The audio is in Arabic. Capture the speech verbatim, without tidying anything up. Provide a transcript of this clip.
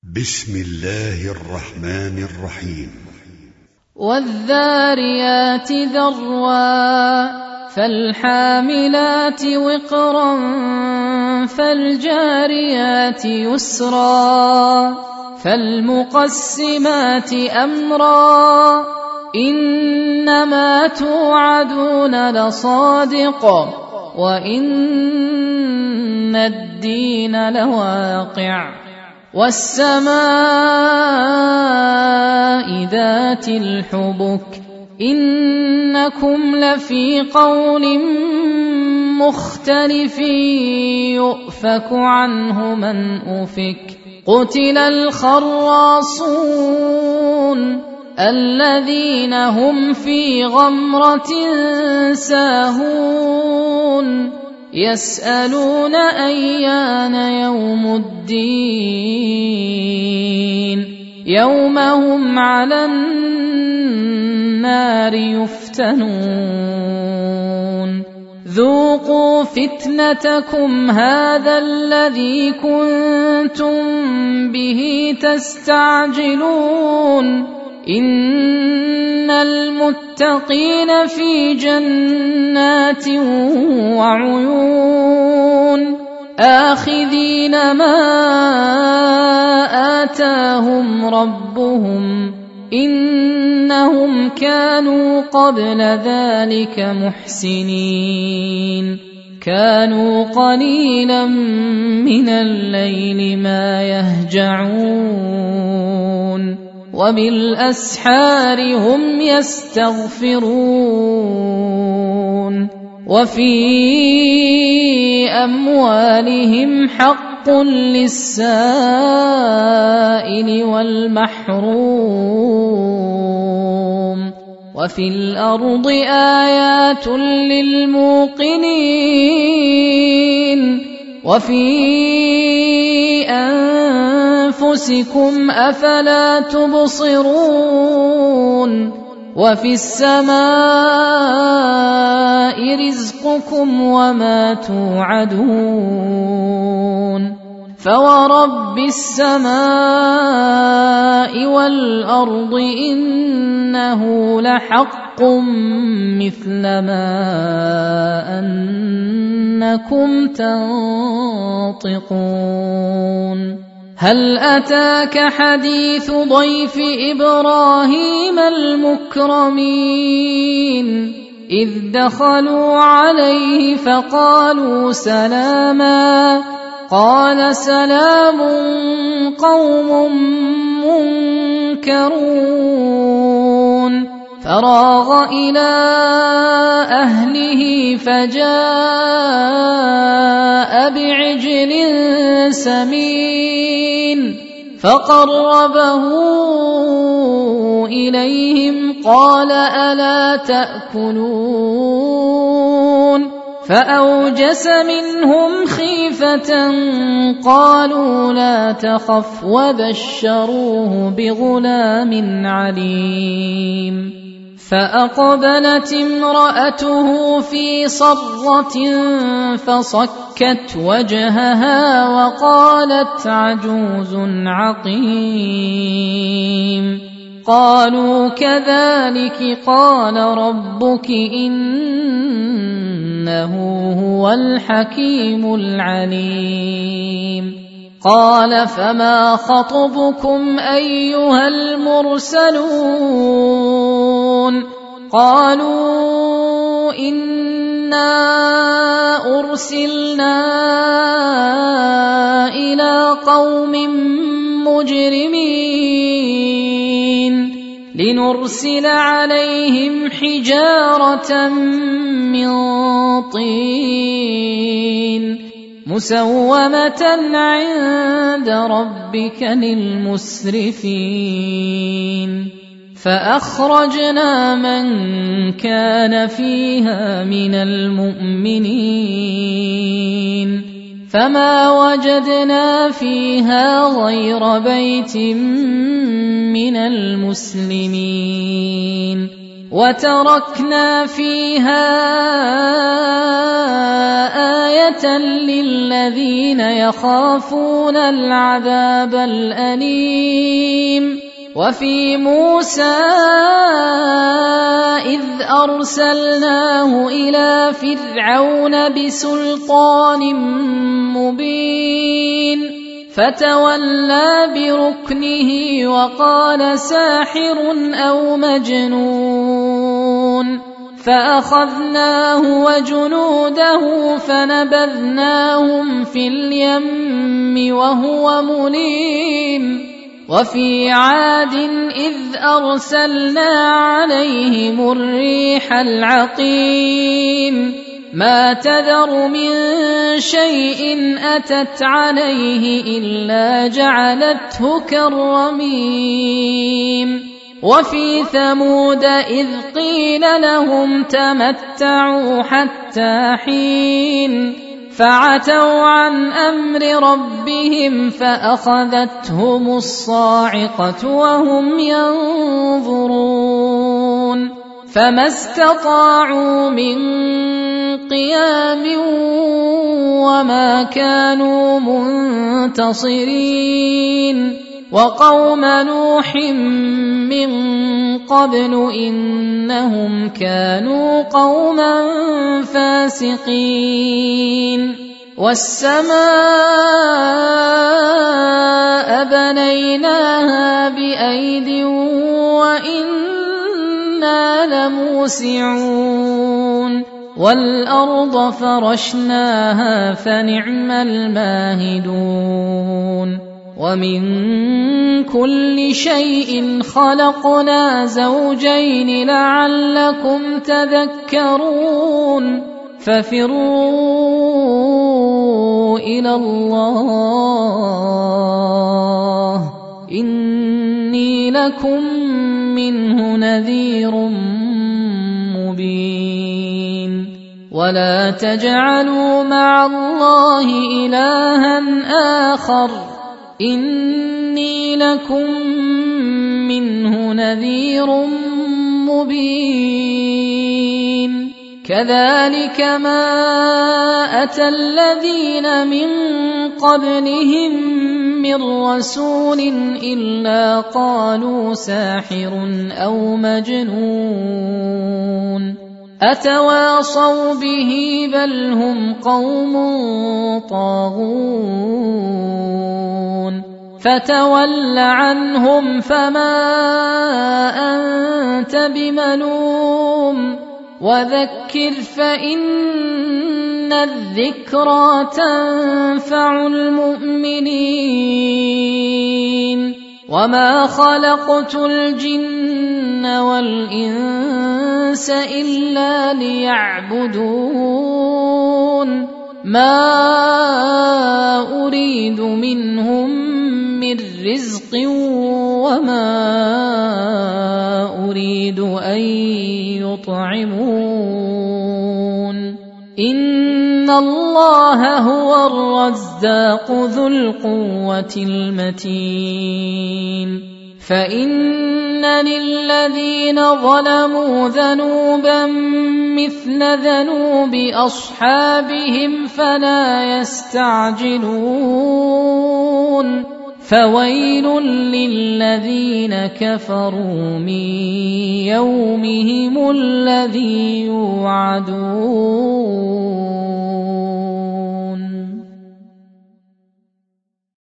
بسم الله الرحمن الرحيم. والذاريات ذروا فالحاملات وقرا فالجاريات يسرا فالمقسمات أمرا إنما توعدون لصادق وإن الدين لواقع والسماء ذات الحبك إنكم لفي قول مختلف يؤفك عنه من أفك قتل الخراصون الذين هم في غمرة ساهون يسألون أيان يوم الدين يوم هم على النار يفتنون ذوقوا فتنتكم هذا الذي كنتم به تستعجلون إن المتقين في جنات وعيون آخذين ما آتاهم ربهم إنهم كانوا قبل ذلك محسنين كانوا قليلا من الليل ما يهجعون وبالأسحار هم يستغفرون وفي أموالهم حق للسائل والمحروم وفي الأرض آيات للموقنين وفي أنفسكم أفلا تبصرون وفي السماء رزقكم وما توعدون فورب السماء والأرض إنه لحق مثل ما أنكم تنطقون هل أتاك حديث ضيف إبراهيم المكرمين إذ دخلوا عليه فقالوا سلاما قال سلام قوم منكرون فراغ إلى أهله فجاء بعجل سمين فقربه إليهم قال ألا تأكلون فأوجس منهم خيفة قالوا لا تخف وبشروه بغلام عليم فأقبلت امرأته في صرة فصكت وجهها وقالت عجوز عقيم قالوا كذلك قال ربك إنه هو الحكيم العليم قال فما خطبكم أيها المرسلون قالوا إنا أرسلنا إلى قوم مجرمين لنرسل عليهم حجارة من طين مسومة عند ربك للمسرفين فأخرجنا من كان فيها من المؤمنين فما وجدنا فيها غير بيت من المسلمين وتركنا فيها آية للذين يخافون العذاب الأليم. وفي موسى إذ أرسلناه إلى فرعون بسلطان مبين فتولى بركنه وقال ساحر أو مجنون، فأخذناه وجنوده فنبذناهم في اليم وهو مليم. وفي عاد إذ أرسلنا عليهم الريح العقيم ما تذر من شيء أتت عليه إلا جعلته كالرميم. وفي ثمود إذ قيل لهم تمتعوا حتى حين فعتوا عن أمر ربهم فأخذتهم الصاعقة وهم ينظرون فما استطاعوا من قيام وما كانوا منتصرين. وقوم نوح من قبل إنهم كانوا قوما فاسقين. والسماء بنيناها بأيد وإنا لموسعون والأرض فرشناها فنعم الماهدون. ومن كل شيء خلقنا زوجين لعلكم تذكرون. ففروا إلى الله إني لكم منه نذير مبين. ولا تجعلوا مع الله إلها آخر إني لكم منه نذير مبين. كذلك ما أتى الذين من قبلهم من رسول إلا قالوا ساحر أو مجنون أتواصوا به بل هم قوم طاغون. فتول عنهم فما أنت بملوم وذكر فإن الذكرى تنفع المؤمنين. وما خلقت الجن والإنس إلا ليعبدون ما أريد منهم من رزق وما أريد أن يطعمون إن الله هو الرزاق ذو القوة المتين. فإن للذين ظلموا ذنوبا مثل ذنوب أصحابهم فلا يستعجلون فويل للذين كفروا من يومهم الذي يوعدون.